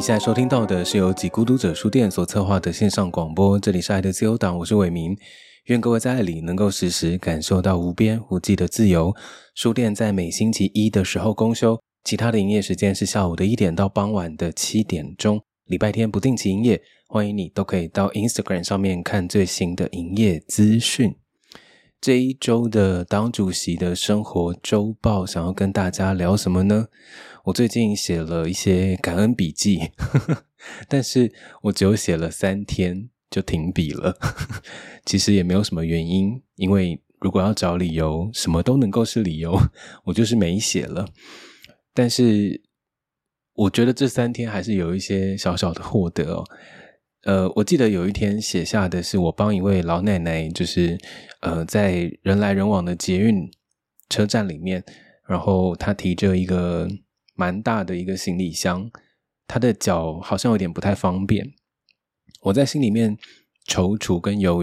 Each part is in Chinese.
现在收听到的是由几孤独者书店所策划的线上广播，这里是爱的自由党，我是伟明。愿各位在爱里能够时时感受到无边无际的自由。书店在每星期一的时候公休，其他的营业时间是下午的1点到傍晚的7点钟，礼拜天不定期营业，欢迎你都可以到 Instagram 上面看最新的营业资讯。这一周的党主席的生活周报想要跟大家聊什么呢？我最近写了一些感恩笔记但是我只有写了3天就停笔了其实也没有什么原因，因为如果要找理由，什么都能够是理由，我就是没写了。但是我觉得这3天还是有一些小小的获得哦。我记得有一天写下的是我帮一位老奶奶，就是在人来人往的捷运车站里面，然后她提着一个蛮大的一个行李箱，她的脚好像有点不太方便。我在心里面踌躇跟犹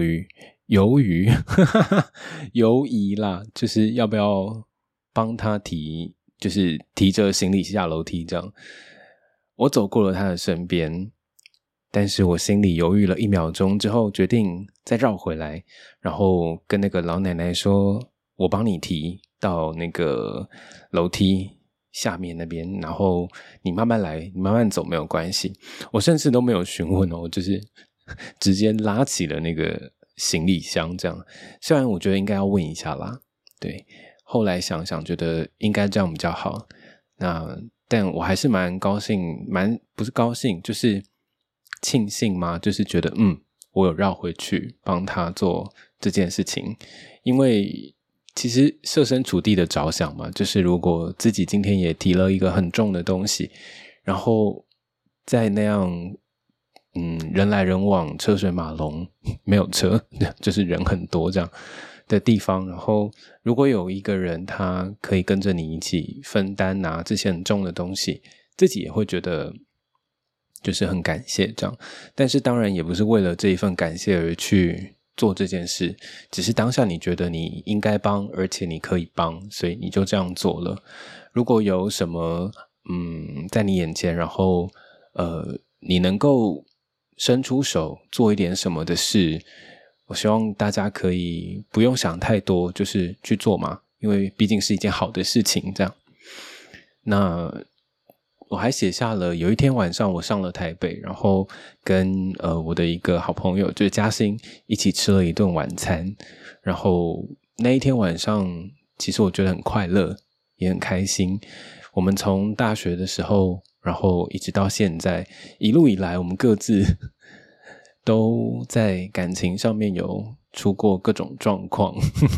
疑啦，就是要不要帮她提，就是提着行李下楼梯这样。我走过了她的身边，但是我心里犹豫了1秒钟之后，决定再绕回来，然后跟那个老奶奶说，我帮你提到那个楼梯下面那边，然后你慢慢来，你慢慢走没有关系。我甚至都没有询问哦，我就是直接拉起了那个行李箱这样。虽然我觉得应该要问一下啦，对，后来想想觉得应该这样比较好。但我还是蛮高兴，不是高兴，就是庆幸嘛，就是觉得我有绕回去帮他做这件事情。因为其实设身处地的着想嘛，就是如果自己今天也提了一个很重的东西，然后在那样人来人往车水马龙，没有车就是人很多这样的地方，然后如果有一个人他可以跟着你一起分担拿这些很重的东西，自己也会觉得就是很感谢这样。但是当然也不是为了这一份感谢而去做这件事，只是当下你觉得你应该帮，而且你可以帮，所以你就这样做了。如果有什么在你眼前，然后你能够伸出手做一点什么的事，我希望大家可以不用想太多，就是去做嘛，因为毕竟是一件好的事情这样。那我还写下了有一天晚上我上了台北，然后跟我的一个好朋友就是嘉欣一起吃了一顿晚餐，然后那一天晚上其实我觉得很快乐也很开心。我们从大学的时候然后一直到现在，一路以来我们各自都在感情上面有出过各种状况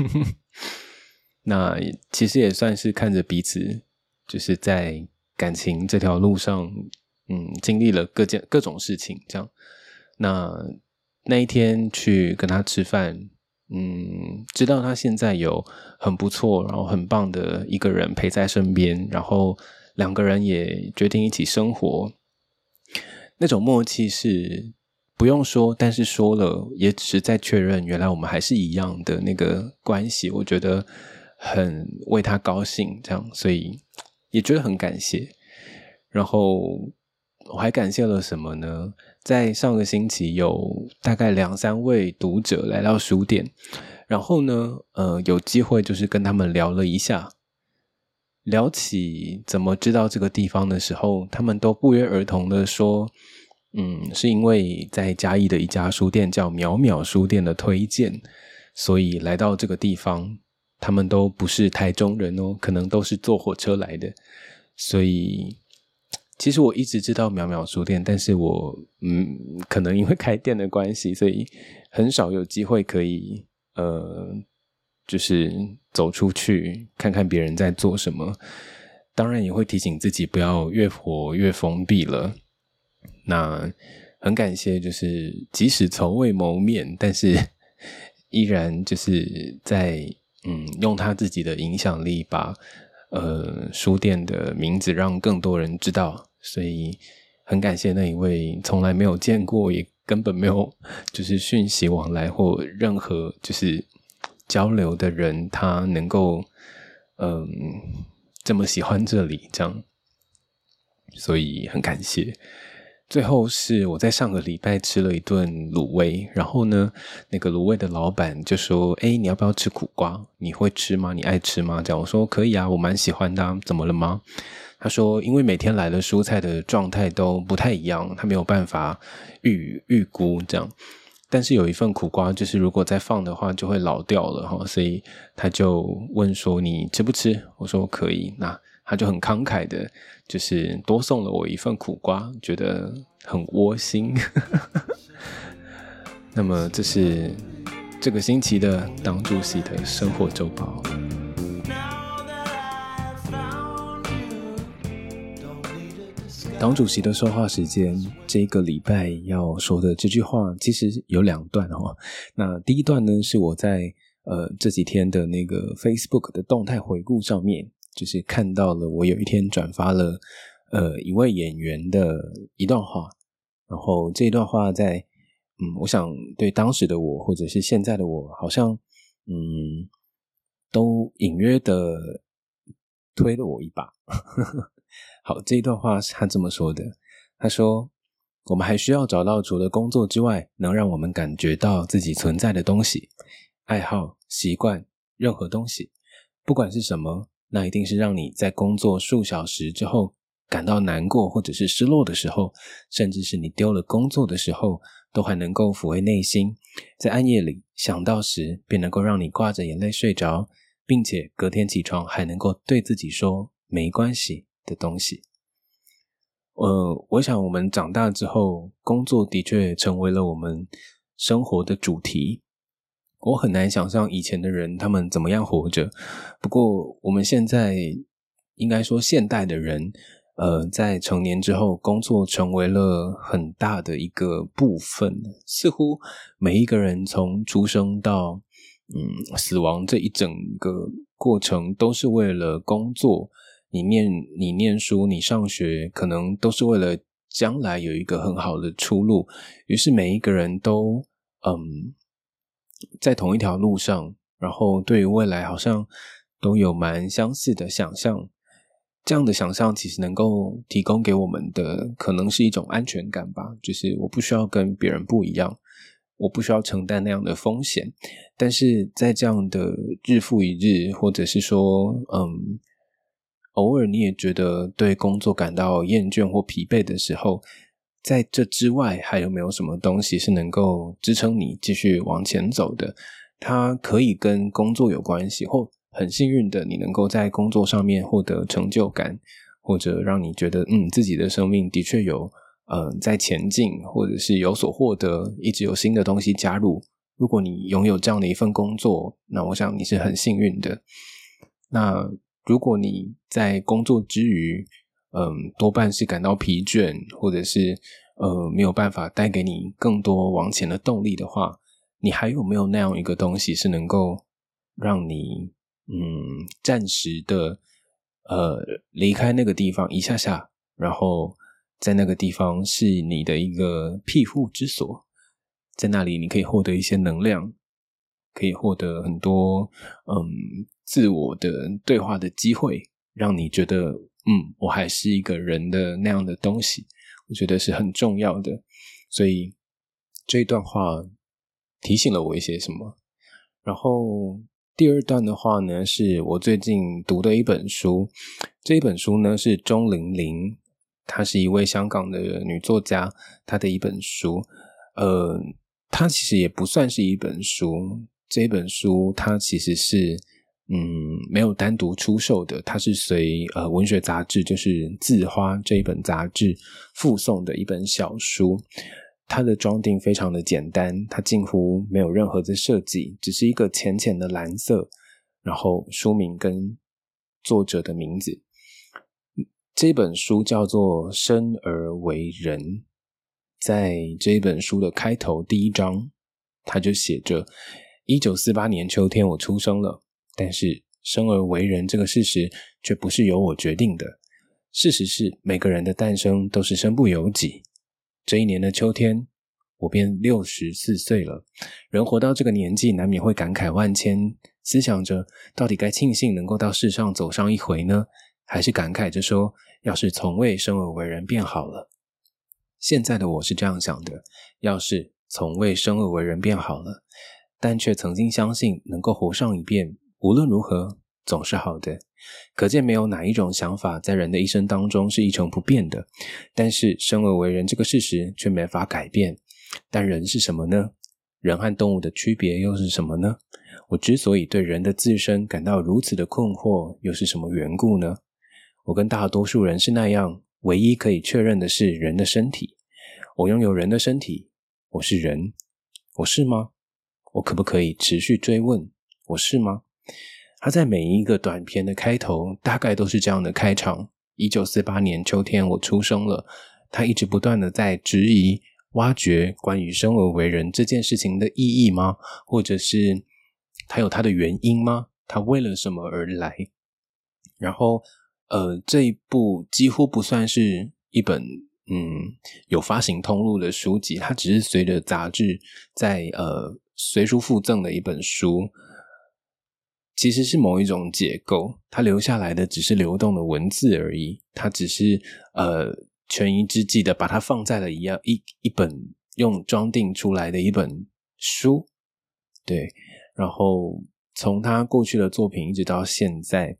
那其实也算是看着彼此就是在感情这条路上经历了各种事情这样。那一天去跟他吃饭，知道他现在有很不错然后很棒的一个人陪在身边，然后2个人也决定一起生活，那种默契是不用说，但是说了也只是在确认原来我们还是一样的那个关系，我觉得很为他高兴这样，所以也觉得很感谢。然后我还感谢了什么呢？在上个星期有大概2-3位读者来到书店，然后呢有机会就是跟他们聊了一下，聊起怎么知道这个地方的时候，他们都不约而同的说是因为在嘉义的一家书店叫淼淼书店的推荐，所以来到这个地方。他们都不是台中人哦，可能都是坐火车来的。所以其实我一直知道淼淼书店，但是我可能因为开店的关系，所以很少有机会可以就是走出去看看别人在做什么。当然也会提醒自己不要越活越封闭了。那很感谢就是即使从未谋面，但是依然就是在用他自己的影响力把书店的名字让更多人知道，所以很感谢那一位从来没有见过也根本没有就是讯息往来或任何就是交流的人，他能够这么喜欢这里这样，所以很感谢。 最后是我在上个礼拜吃了一顿卤味，然后呢，那个卤味的老板就说：“你要不要吃苦瓜？你会吃吗？你爱吃吗？”这样我说：“可以啊，我蛮喜欢的啊，怎么了吗？”他说：“因为每天来的蔬菜的状态都不太一样，他没有办法预估这样。但是有一份苦瓜，就是如果再放的话就会老掉了哈，所以他就问说你吃不吃？我说可以。那他就很慷慨的，就是多送了我一份苦瓜，觉得很窝心。那么这是这个星期的党主席的生活周报。党主席的说话时间，这个礼拜要说的这句话其实有2段哦。那第一段呢，是我在这几天的那个 Facebook 的动态回顾上面，就是看到了我有一天转发了一位演员的一段话，然后这一段话在我想对当时的我或者是现在的我，好像都隐约的推了我一把。好，这一段话是他这么说的，他说：“我们还需要找到除了工作之外，能让我们感觉到自己存在的东西，爱好、习惯，任何东西，不管是什么，那一定是让你在工作数小时之后感到难过或者是失落的时候，甚至是你丢了工作的时候，都还能够抚慰内心，在暗夜里想到时，便能够让你挂着眼泪睡着，并且隔天起床还能够对自己说没关系的东西。”我想我们长大之后，工作的确成为了我们生活的主题。我很难想象以前的人他们怎么样活着，不过我们现在应该说现代的人在成年之后，工作成为了很大的一个部分，似乎每一个人从出生到死亡这一整个过程都是为了工作。你念书，你上学，可能都是为了将来有一个很好的出路，于是每一个人都在同一条路上，然后对于未来好像都有蛮相似的想象。这样的想象其实能够提供给我们的可能是一种安全感吧，就是我不需要跟别人不一样，我不需要承担那样的风险。但是在这样的日复一日，或者是说偶尔你也觉得对工作感到厌倦或疲惫的时候，在这之外还有没有什么东西是能够支撑你继续往前走的？它可以跟工作有关系，或很幸运的你能够在工作上面获得成就感，或者让你觉得自己的生命的确有在前进，或者是有所获得，一直有新的东西加入。如果你拥有这样的一份工作，那我想你是很幸运的。那如果你在工作之余多半是感到疲倦，或者是没有办法带给你更多往前的动力的话，你还有没有那样一个东西是能够让你暂时的离开那个地方一下下，然后在那个地方是你的一个庇护之所，在那里你可以获得一些能量，可以获得很多自我的对话的机会，让你觉得我还是一个人的那样的东西，我觉得是很重要的。所以这一段话提醒了我一些什么。然后第二段的话呢，是我最近读的一本书，这一本书呢是钟玲玲，她是一位香港的女作家，她的一本书它其实也不算是一本书，这一本书它其实是没有单独出售的，它是随文学杂志，就是字花这一本杂志附送的一本小书。它的装订非常的简单，它近乎没有任何的设计，只是一个浅浅的蓝色，然后书名跟作者的名字。这本书叫做《生而为人》，在这一本书的开头第一章，它就写着1948年秋天我出生了，但是生而为人这个事实却不是由我决定的。事实是每个人的诞生都是身不由己。这一年的秋天，我便64岁了。人活到这个年纪，难免会感慨万千，思想着到底该庆幸能够到世上走上一回呢，还是感慨着说，要是从未生而为人便好了。 现在的我是这样想的，要是从未生而为人便好了，但却曾经相信能够活上一遍，无论如何总是好的。可见没有哪一种想法在人的一生当中是一成不变的，但是生而为人这个事实却没法改变。但人是什么呢？人和动物的区别又是什么呢？我之所以对人的自身感到如此的困惑，又是什么缘故呢？我跟大多数人是那样，唯一可以确认的是人的身体。我拥有人的身体，我是人，我是吗？我可不可以持续追问，我是吗？他在每一个短片的开头大概都是这样的开场。1948年秋天我出生了，他一直不断的在质疑挖掘关于生而为人这件事情的意义吗？或者是他有他的原因吗？他为了什么而来？然后这一部几乎不算是一本有发行通路的书籍，它只是随着杂志在随书附赠的一本书，其实是某一种结构，它留下来的只是流动的文字而已，它只是权宜之计的把它放在了一本用装订出来的一本书。对，然后从他过去的作品一直到现在，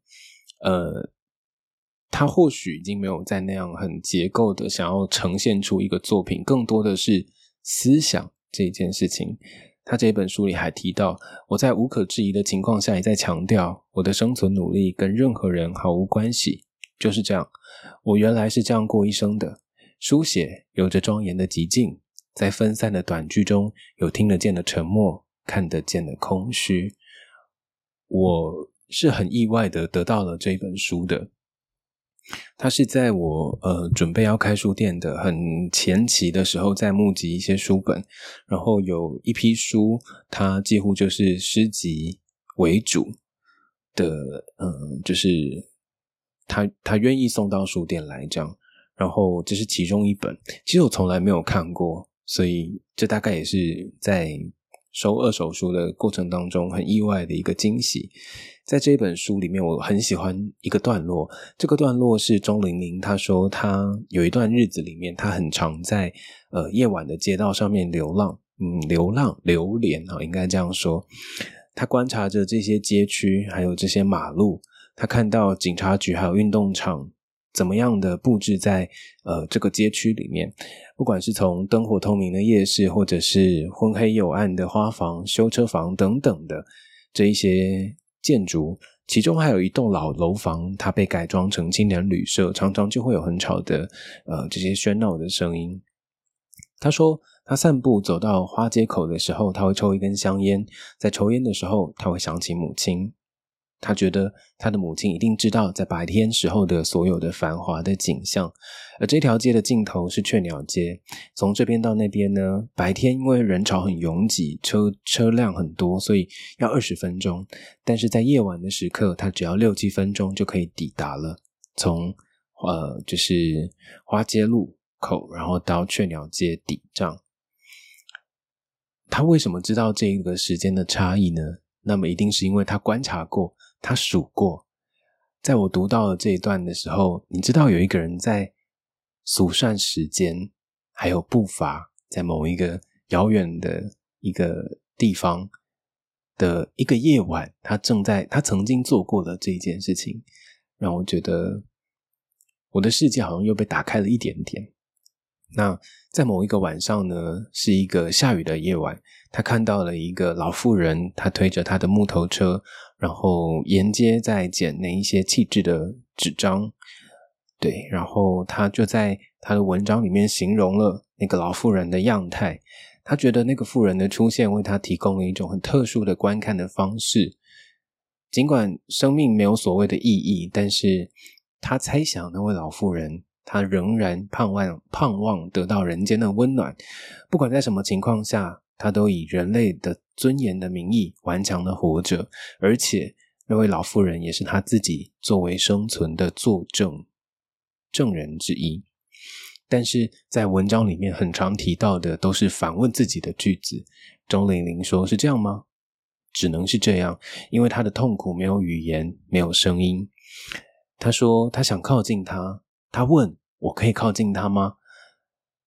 他或许已经没有在那样很结构的想要呈现出一个作品，更多的是思想这件事情。他这本书里还提到，我在无可置疑的情况下也在强调，我的生存努力跟任何人毫无关系。就是这样，我原来是这样过一生的。书写有着庄严的寂静，在分散的短句中有听得见的沉默，看得见的空虚。我是很意外的得到了这本书的，它是在我准备要开书店的很前期的时候在募集一些书本，然后有一批书它几乎就是诗集为主的，就是他愿意送到书店来这样，然后这是其中一本，其实我从来没有看过，所以这大概也是在收二手书的过程当中很意外的一个惊喜。在这本书里面我很喜欢一个段落，这个段落是钟玲玲她说她有一段日子里面她很常在夜晚的街道上面流连应该这样说。她观察着这些街区还有这些马路，她看到警察局还有运动场怎么样的布置在这个街区里面，不管是从灯火通明的夜市，或者是昏黑幽暗的花房、修车房等等的这一些建筑，其中还有一栋老楼房，它被改装成青年旅社，常常就会有很吵的这些喧闹的声音。他说他散步走到花街口的时候，他会抽一根香烟，在抽烟的时候他会想起母亲，他觉得他的母亲一定知道在白天时候的所有的繁华的景象。而这条街的尽头是雀鸟街，从这边到那边呢，白天因为人潮很拥挤，车辆很多，所以要20分钟，但是在夜晚的时刻他只要6-7分钟就可以抵达了，从就是花街路口然后到雀鸟街底站。他为什么知道这个时间的差异呢？那么一定是因为他观察过，他数过。在我读到了这一段的时候，你知道有一个人在数算时间还有步伐，在某一个遥远的一个地方的一个夜晚，他曾经做过的这一件事情，让我觉得我的世界好像又被打开了一点点。那在某一个晚上呢，是一个下雨的夜晚，他看到了一个老妇人，他推着他的木头车，然后沿街在捡那一些弃置的纸张。对，然后他就在他的文章里面形容了那个老妇人的样态，他觉得那个妇人的出现为他提供了一种很特殊的观看的方式。尽管生命没有所谓的意义，但是他猜想那位老妇人他仍然盼望得到人间的温暖，不管在什么情况下，他都以人类的尊严的名义顽强的活着，而且那位老妇人也是他自己作为生存的证人之一。但是在文章里面很常提到的都是反问自己的句子。钟玲玲说，是这样吗？只能是这样，因为他的痛苦没有语言，没有声音。他说他想靠近他，他问我可以靠近他吗？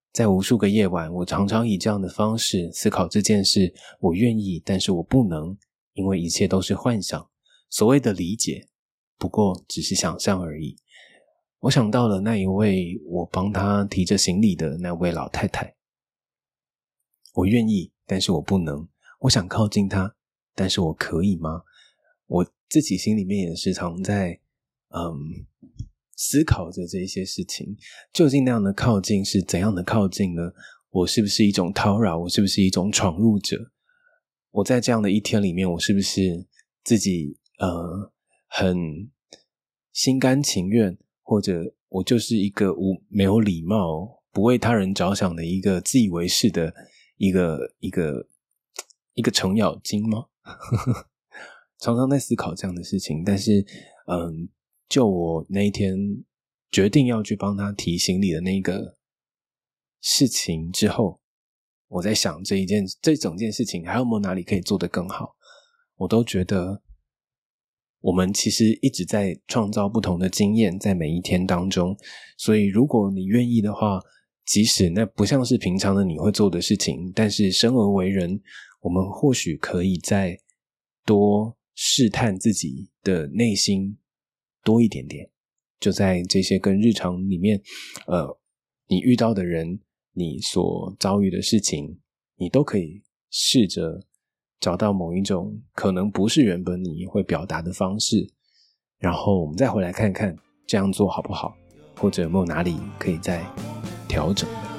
在无数个夜晚，我常常以这样的方式思考这件事，我愿意，但是我不能，因为一切都是幻想。所谓的理解，不过只是想象而已。我想到了那一位我帮他提着行李的那位老太太。我愿意，但是我不能。我想靠近他，但是我可以吗？我自己心里面也时常在思考着这些事情，究竟那样的靠近是怎样的靠近呢？我是不是一种叨扰？我是不是一种闯入者？我在这样的一天里面，我是不是自己很心甘情愿，或者我就是一个没有礼貌、不为他人着想的一个自以为是的一个程咬金吗？常常在思考这样的事情，但是就我那一天决定要去帮他提行李的那个事情之后，我在想这整件事情还有没有哪里可以做得更好。我都觉得我们其实一直在创造不同的经验在每一天当中，所以如果你愿意的话，即使那不像是平常的你会做的事情，但是生而为人，我们或许可以再多试探自己的内心多一点点，就在这些跟日常里面你遇到的人，你所遭遇的事情，你都可以试着找到某一种可能不是原本你会表达的方式，然后我们再回来看看这样做好不好，或者有没有哪里可以再调整的。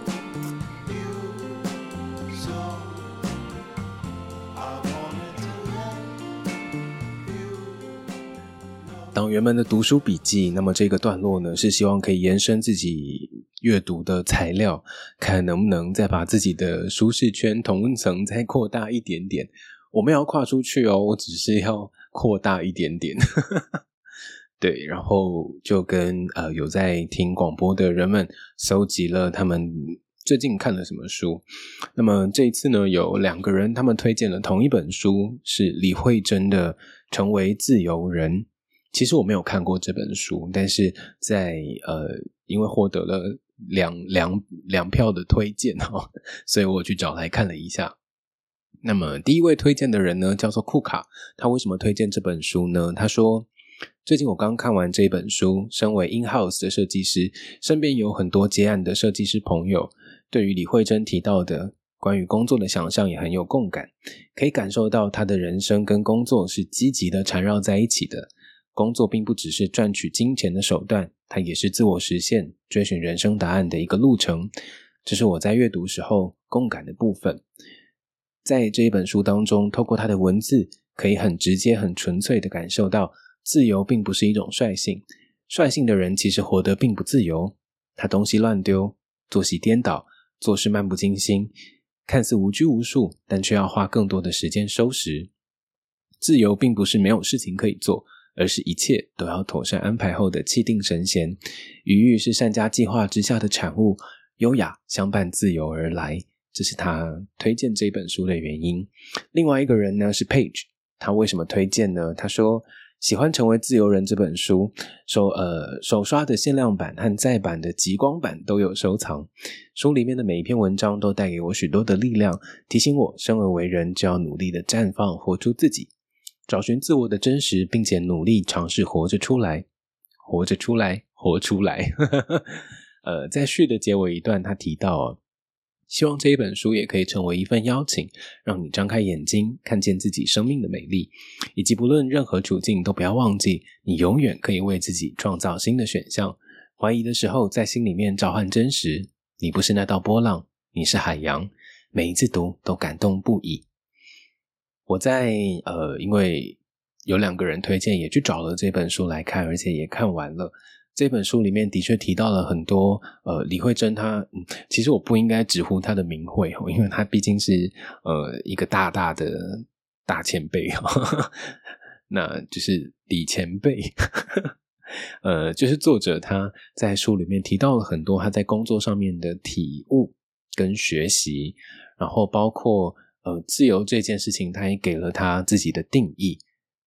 党员们的读书笔记，那么这个段落呢，是希望可以延伸自己阅读的材料，看能不能再把自己的舒适圈同温层再扩大一点点。我们要跨出去哦，我只是要扩大一点点。对，然后就跟有在听广播的人们搜集了他们最近看了什么书。那么这一次呢，有2个人他们推荐了同一本书，是李惠珍的《成为自由人》。其实我没有看过这本书，但是在因为获得了两票的推荐所以我去找来看了一下。那么第一位推荐的人呢，叫做库卡。他为什么推荐这本书呢？他说，最近我刚看完这本书，身为 in-house 的设计师，身边有很多接案的设计师朋友，对于李惠珍提到的关于工作的想象也很有共感，可以感受到他的人生跟工作是积极的缠绕在一起的。工作并不只是赚取金钱的手段，它也是自我实现、追寻人生答案的一个路程。这是我在阅读时候共感的部分。在这一本书当中，透过它的文字，可以很直接、很纯粹地感受到，自由并不是一种率性。率性的人其实活得并不自由，他东西乱丢，作息颠倒，做事漫不经心，看似无拘无束，但却要花更多的时间收拾。自由并不是没有事情可以做，而是一切都要妥善安排后的气定神闲。余裕是善加计划之下的产物，优雅相伴自由而来。这是他推荐这本书的原因。另外一个人呢是 Page， 他为什么推荐呢？他说喜欢成为自由人这本书，手刷的限量版和再版的极光版都有收藏。书里面的每一篇文章都带给我许多的力量，提醒我生而为人就要努力的绽放，活出自己，找寻自我的真实，并且努力尝试活着出来，活着出来，活出来。在序的结尾一段，他提到希望这一本书也可以成为一份邀请，让你张开眼睛，看见自己生命的美丽，以及不论任何处境都不要忘记，你永远可以为自己创造新的选项。怀疑的时候，在心里面召唤真实，你不是那道波浪，你是海洋。每一次读都感动不已。我在因为有2个人推荐，也去找了这本书来看，而且也看完了。这本书里面的确提到了很多李惠珍她其实我不应该直呼她的名讳，因为她毕竟是一个大大的大前辈那就是李前辈就是作者他在书里面提到了很多他在工作上面的体悟跟学习，然后包括自由这件事情他也给了他自己的定义，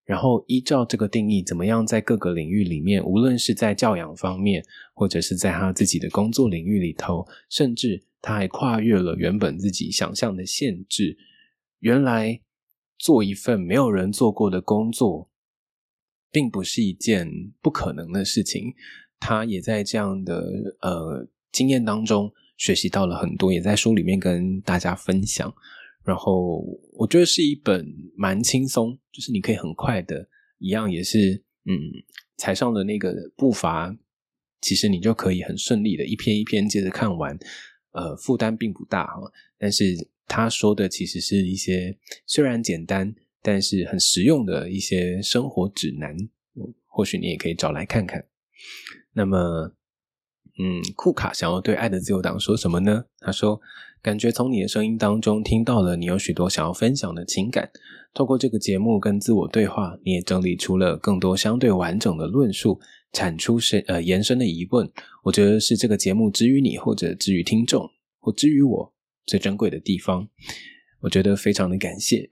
然后依照这个定义，怎么样在各个领域里面，无论是在教养方面，或者是在他自己的工作领域里头，甚至他还跨越了原本自己想象的限制。原来做一份没有人做过的工作，并不是一件不可能的事情。他也在这样的经验当中学习到了很多，也在书里面跟大家分享。然后我觉得是一本蛮轻松，就是你可以很快的，一样也是踩上的那个步伐，其实你就可以很顺利的一篇一篇接着看完，负担并不大哈。但是他说的其实是一些虽然简单，但是很实用的一些生活指南，或许你也可以找来看看。那么库卡想要对爱的自由党说什么呢？他说，感觉从你的声音当中听到了你有许多想要分享的情感，透过这个节目跟自我对话，你也整理出了更多相对完整的论述，产出延伸的疑问。我觉得是这个节目之于你，或者之于听众，或之于我最珍贵的地方。我觉得非常的感谢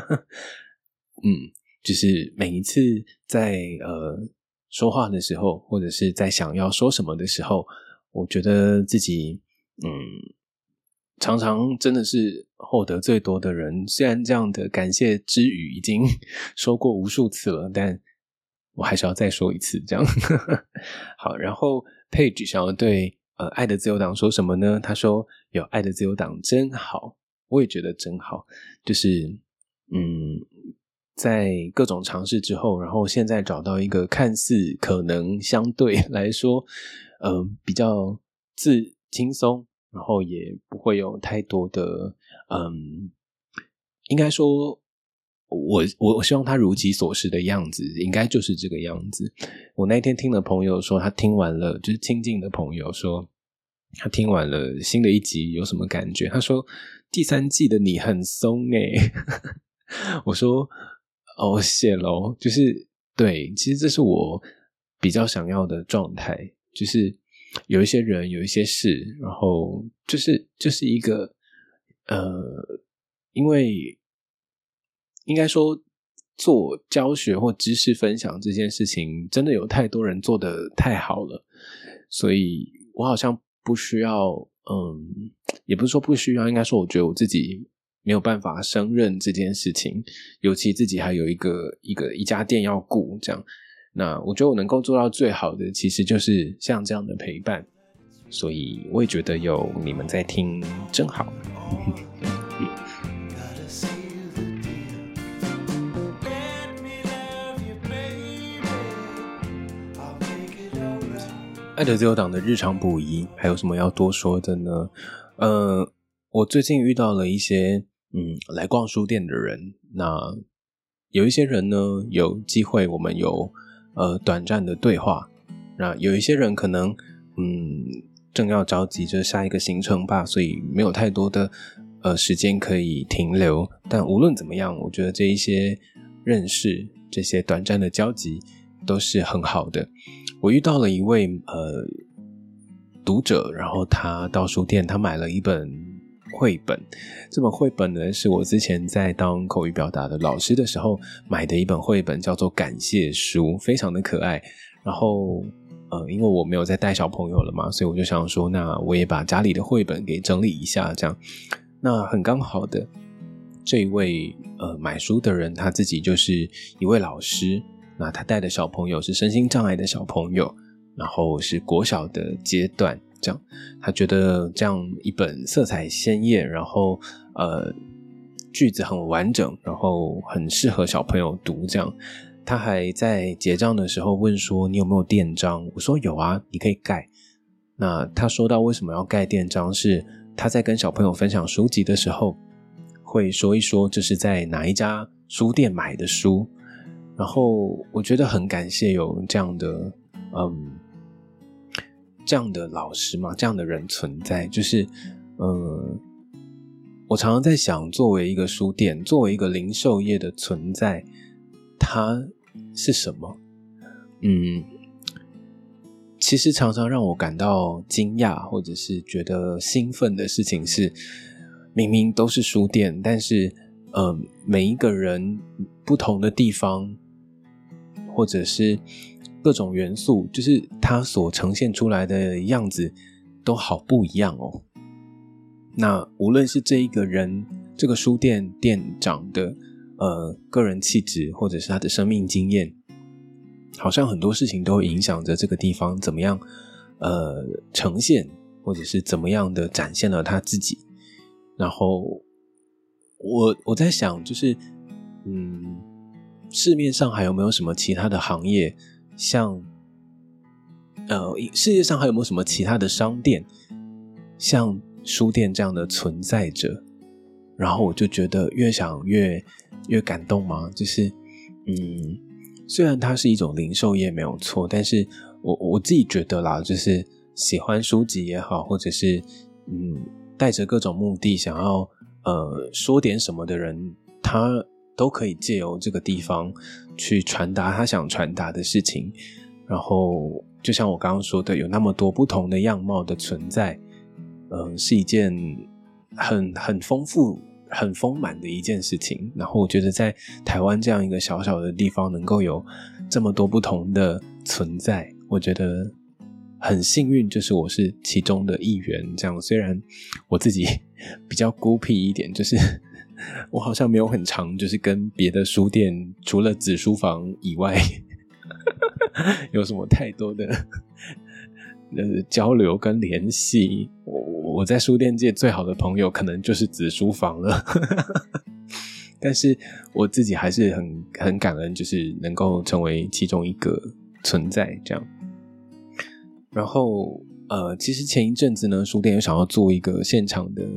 就是每一次在说话的时候，或者是在想要说什么的时候，我觉得自己常常真的是获得最多的人。虽然这样的感谢之语已经说过无数次了，但我还是要再说一次这样好，然后 Page 想要对爱的自由党说什么呢？他说，有爱的自由党真好。我也觉得真好，就是在各种尝试之后，然后现在找到一个看似可能相对来说比较轻松，然后也不会有太多的应该说我希望他如其所示的样子应该就是这个样子。我那天听了朋友说，他听完了，就是亲近的朋友说他听完了新的一集有什么感觉，他说第3季的你很松耶我说谢咯，就是对，其实这是我比较想要的状态，就是有一些人有一些事，然后就是一个因为应该说做教学或知识分享这件事情真的有太多人做得太好了，所以我好像不需要也不是说不需要，应该说我觉得我自己没有办法胜任这件事情，尤其自己还有一家店要顾这样。那我觉得我能够做到最好的其实就是像这样的陪伴，所以我也觉得有你们在听真好爱的自由党的日常补遗还有什么要多说的呢？我最近遇到了一些来逛书店的人，那有一些人呢有机会我们有短暂的对话，那有一些人可能正要着急着下一个行程吧，所以没有太多的时间可以停留，但无论怎么样，我觉得这一些认识，这些短暂的交集都是很好的。我遇到了一位读者，然后他到书店，他买了一本绘本。这本绘本呢，是我之前在当口语表达的老师的时候买的一本绘本，叫做感谢书，非常的可爱。然后因为我没有在带小朋友了嘛，所以我就想说，那我也把家里的绘本给整理一下这样。那很刚好的，这一位买书的人他自己就是一位老师，那他带的小朋友是身心障碍的小朋友，然后是国小的阶段这样。他觉得这样一本色彩鲜艳，然后句子很完整，然后很适合小朋友读这样。他还在结账的时候问说，你有没有店章？我说有啊，你可以盖。那他说到为什么要盖店章，是他在跟小朋友分享书籍的时候会说一说这是在哪一家书店买的书。然后我觉得很感谢有这样的老师嘛，这样的人存在。就是我常常在想，作为一个书店，作为一个零售业的存在，它是什么？其实常常让我感到惊讶或者是觉得兴奋的事情是，明明都是书店，但是每一个人不同的地方或者是各种元素，就是它所呈现出来的样子都好不一样哦。那无论是这一个人，这个书店店长的个人气质，或者是他的生命经验，好像很多事情都影响着这个地方怎么样呈现，或者是怎么样的展现了他自己。然后我在想，就是市面上还有没有什么其他的行业，像世界上还有没有什么其他的商店像书店这样的存在着？然后我就觉得越想越感动嘛，就是虽然它是一种零售业没有错，但是我自己觉得啦，就是喜欢书籍也好，或者是带着各种目的想要说点什么的人，他都可以借由这个地方去传达他想传达的事情。然后就像我刚刚说的，有那么多不同的样貌的存在，是一件很丰富很丰满的一件事情。然后我觉得在台湾这样一个小小的地方能够有这么多不同的存在，我觉得很幸运，就是我是其中的一员。这样虽然我自己比较孤僻一点，就是我好像没有很常就是跟别的书店除了子书房以外有什么太多的交流跟联系。我在书店界最好的朋友可能就是子书房了但是我自己还是很感恩，就是能够成为其中一个存在这样。然后其实前一阵子呢，书店有想要做一个现场的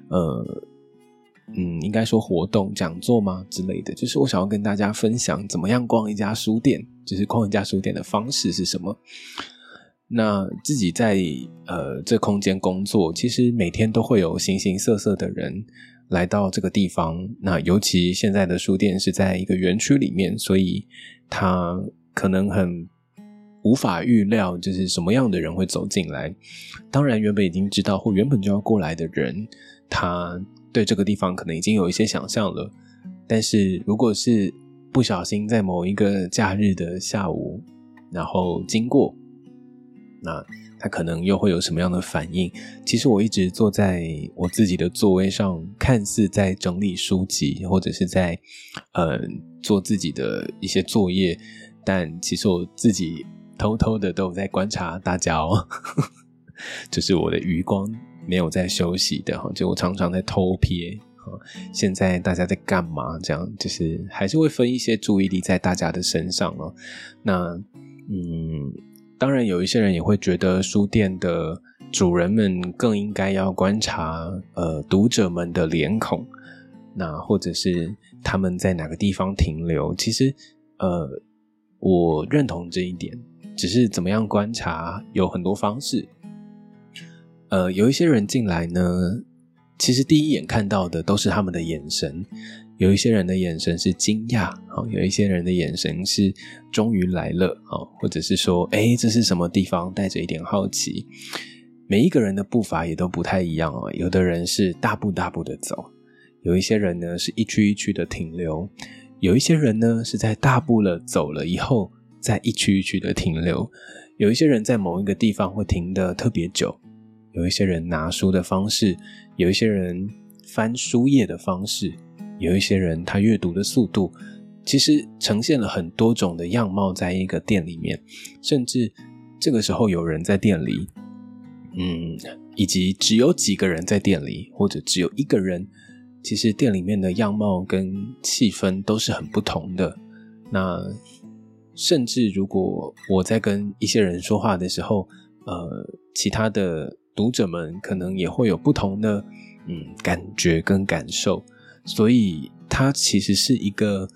应该说活动讲座吗之类的，就是我想要跟大家分享怎么样逛一家书店，就是逛一家书店的方式是什么。那自己在这空间工作，其实每天都会有形形色色的人来到这个地方。那尤其现在的书店是在一个园区里面，所以它可能很无法预料就是什么样的人会走进来。当然原本已经知道或原本就要过来的人，他对这个地方可能已经有一些想象了，但是如果是不小心在某一个假日的下午然后经过，那他可能又会有什么样的反应。其实我一直坐在我自己的座位上，看似在整理书籍或者是在做自己的一些作业，但其实我自己偷偷的都有在观察大家哦就是我的余光没有在休息的，就我常常在偷瞥现在大家在干嘛，这样就是还是会分一些注意力在大家的身上哦。那当然有一些人也会觉得书店的主人们更应该要观察读者们的脸孔，那或者是他们在哪个地方停留。其实我认同这一点，只是怎么样观察有很多方式。有一些人进来呢，其实第一眼看到的都是他们的眼神，有一些人的眼神是惊讶，有一些人的眼神是终于来了，或者是说这是什么地方，带着一点好奇。每一个人的步伐也都不太一样哦，有的人是大步大步的走，有一些人呢是一区一区的停留，有一些人呢是在大步的走了以后再一区一区的停留，有一些人在某一个地方会停得特别久，有一些人拿书的方式，有一些人翻书页的方式，有一些人他阅读的速度，其实呈现了很多种的样貌在一个店里面。甚至这个时候有人在店里以及只有几个人在店里，或者只有一个人，其实店里面的样貌跟气氛都是很不同的。那甚至如果我在跟一些人说话的时候其他的读者们可能也会有不同的感觉跟感受。所以它其实是一个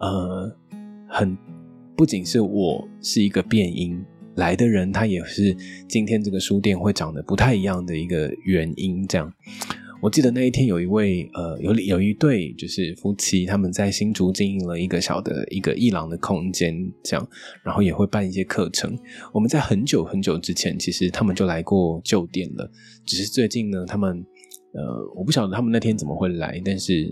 不仅是我是一个变因，来的人他也是今天这个书店会长得不太一样的一个原因。这样我记得那一天有一对就是夫妻，他们在新竹经营了一个小的一个艺廊的空间，这样然后也会办一些课程。我们在很久很久之前其实他们就来过旧店了，只是最近呢他们我不晓得他们那天怎么会来，但是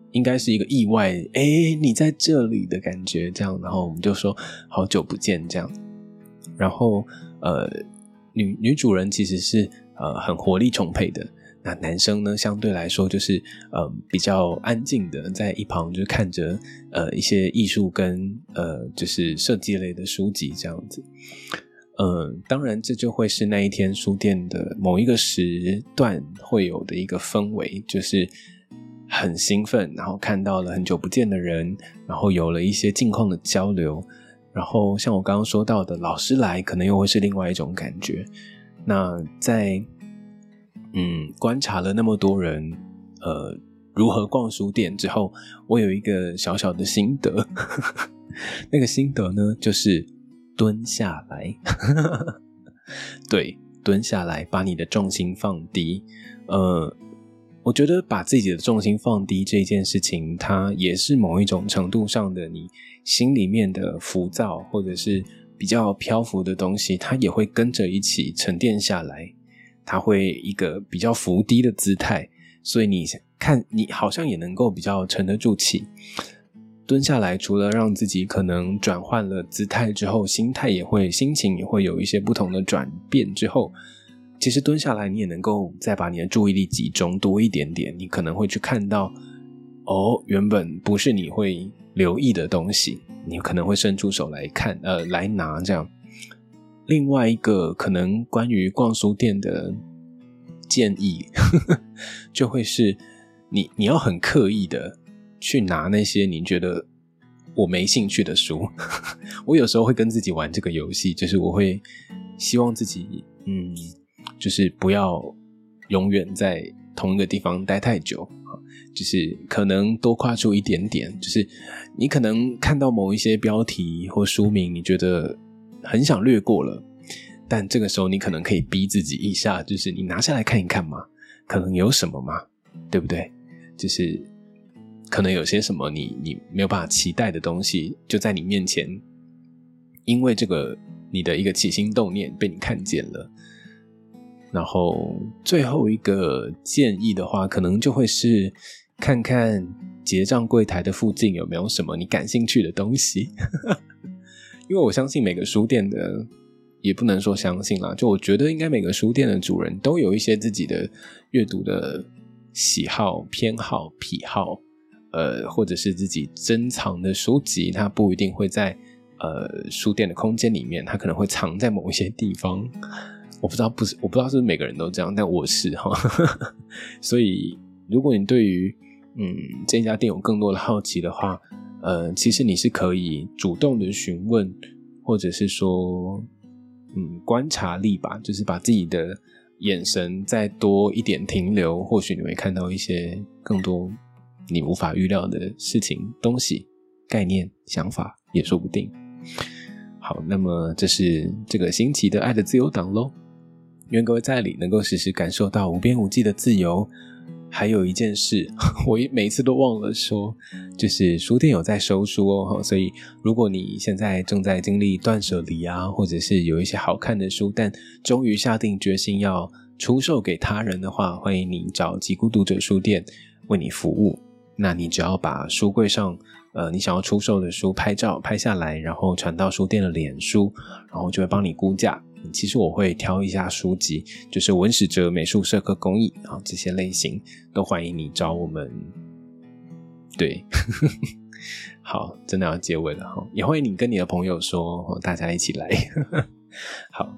应该是一个意外，你在这里的感觉这样，然后我们就说好久不见这样。然后女主人其实是很活力充沛的，那男生呢相对来说就是比较安静的在一旁就看着一些艺术跟就是设计类的书籍这样子。当然这就会是那一天书店的某一个时段会有的一个氛围，就是很兴奋，然后看到了很久不见的人，然后有了一些近况的交流，然后像我刚刚说到的老师来可能又会是另外一种感觉。那在观察了那么多人如何逛书店之后，我有一个小小的心得那个心得呢就是蹲下来对，蹲下来把你的重心放低。我觉得把自己的重心放低这件事情，它也是某一种程度上的你心里面的浮躁或者是比较漂浮的东西，它也会跟着一起沉淀下来，它会一个比较浮低的姿态，所以你看你好像也能够比较沉得住气。蹲下来除了让自己可能转换了姿态之后，心情也会有一些不同的转变之后，其实蹲下来你也能够再把你的注意力集中多一点点，你可能会去看到原本不是你会留意的东西，你可能会伸出手来看来拿这样。另外一个可能关于逛书店的建议就会是你要很刻意的去拿那些你觉得我没兴趣的书我有时候会跟自己玩这个游戏，就是我会希望自己就是不要永远在同一个地方待太久，就是可能多跨出一点点，就是你可能看到某一些标题或书名你觉得很想略过了，但这个时候你可能可以逼自己一下，就是你拿下来看一看嘛，可能有什么嘛，对不对？就是可能有些什么你没有办法期待的东西就在你面前，因为这个你的一个起心动念被你看见了。然后最后一个建议的话，可能就会是看看结账柜台的附近有没有什么你感兴趣的东西因为我相信每个书店的，也不能说相信啦，就我觉得应该每个书店的主人都有一些自己的阅读的喜好、偏好、癖好，或者是自己珍藏的书籍，它不一定会在书店的空间里面，它可能会藏在某一些地方。我不知道是不是每个人都这样，但我是所以如果你对于这家店有更多的好奇的话，其实你是可以主动的询问，或者是说观察力吧，就是把自己的眼神再多一点停留，或许你会看到一些更多你无法预料的事情、东西、概念、想法也说不定。好，那么这是这个星期的爱的自由档咯，愿各位在里能够时时感受到无边无际的自由。还有一件事我每次都忘了说，就是书店有在收书哦，所以如果你现在正在经历断舍离啊，或者是有一些好看的书但终于下定决心要出售给他人的话，欢迎你找吉孤读者书店为你服务。那你只要把书柜上你想要出售的书拍照拍下来，然后传到书店的脸书，然后就会帮你估价。其实我会挑一下书籍，就是文史哲、美术、社科、工艺这些类型都欢迎你找我们。对好，真的要结尾了也欢迎你跟你的朋友说大家一起来好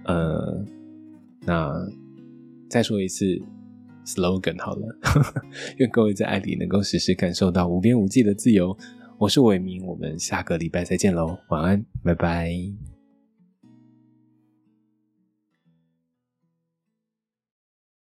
那再说一次 slogan 好了愿各位在爱里能够时时感受到无边无际的自由。我是伟明，我们下个礼拜再见咯，晚安，拜拜。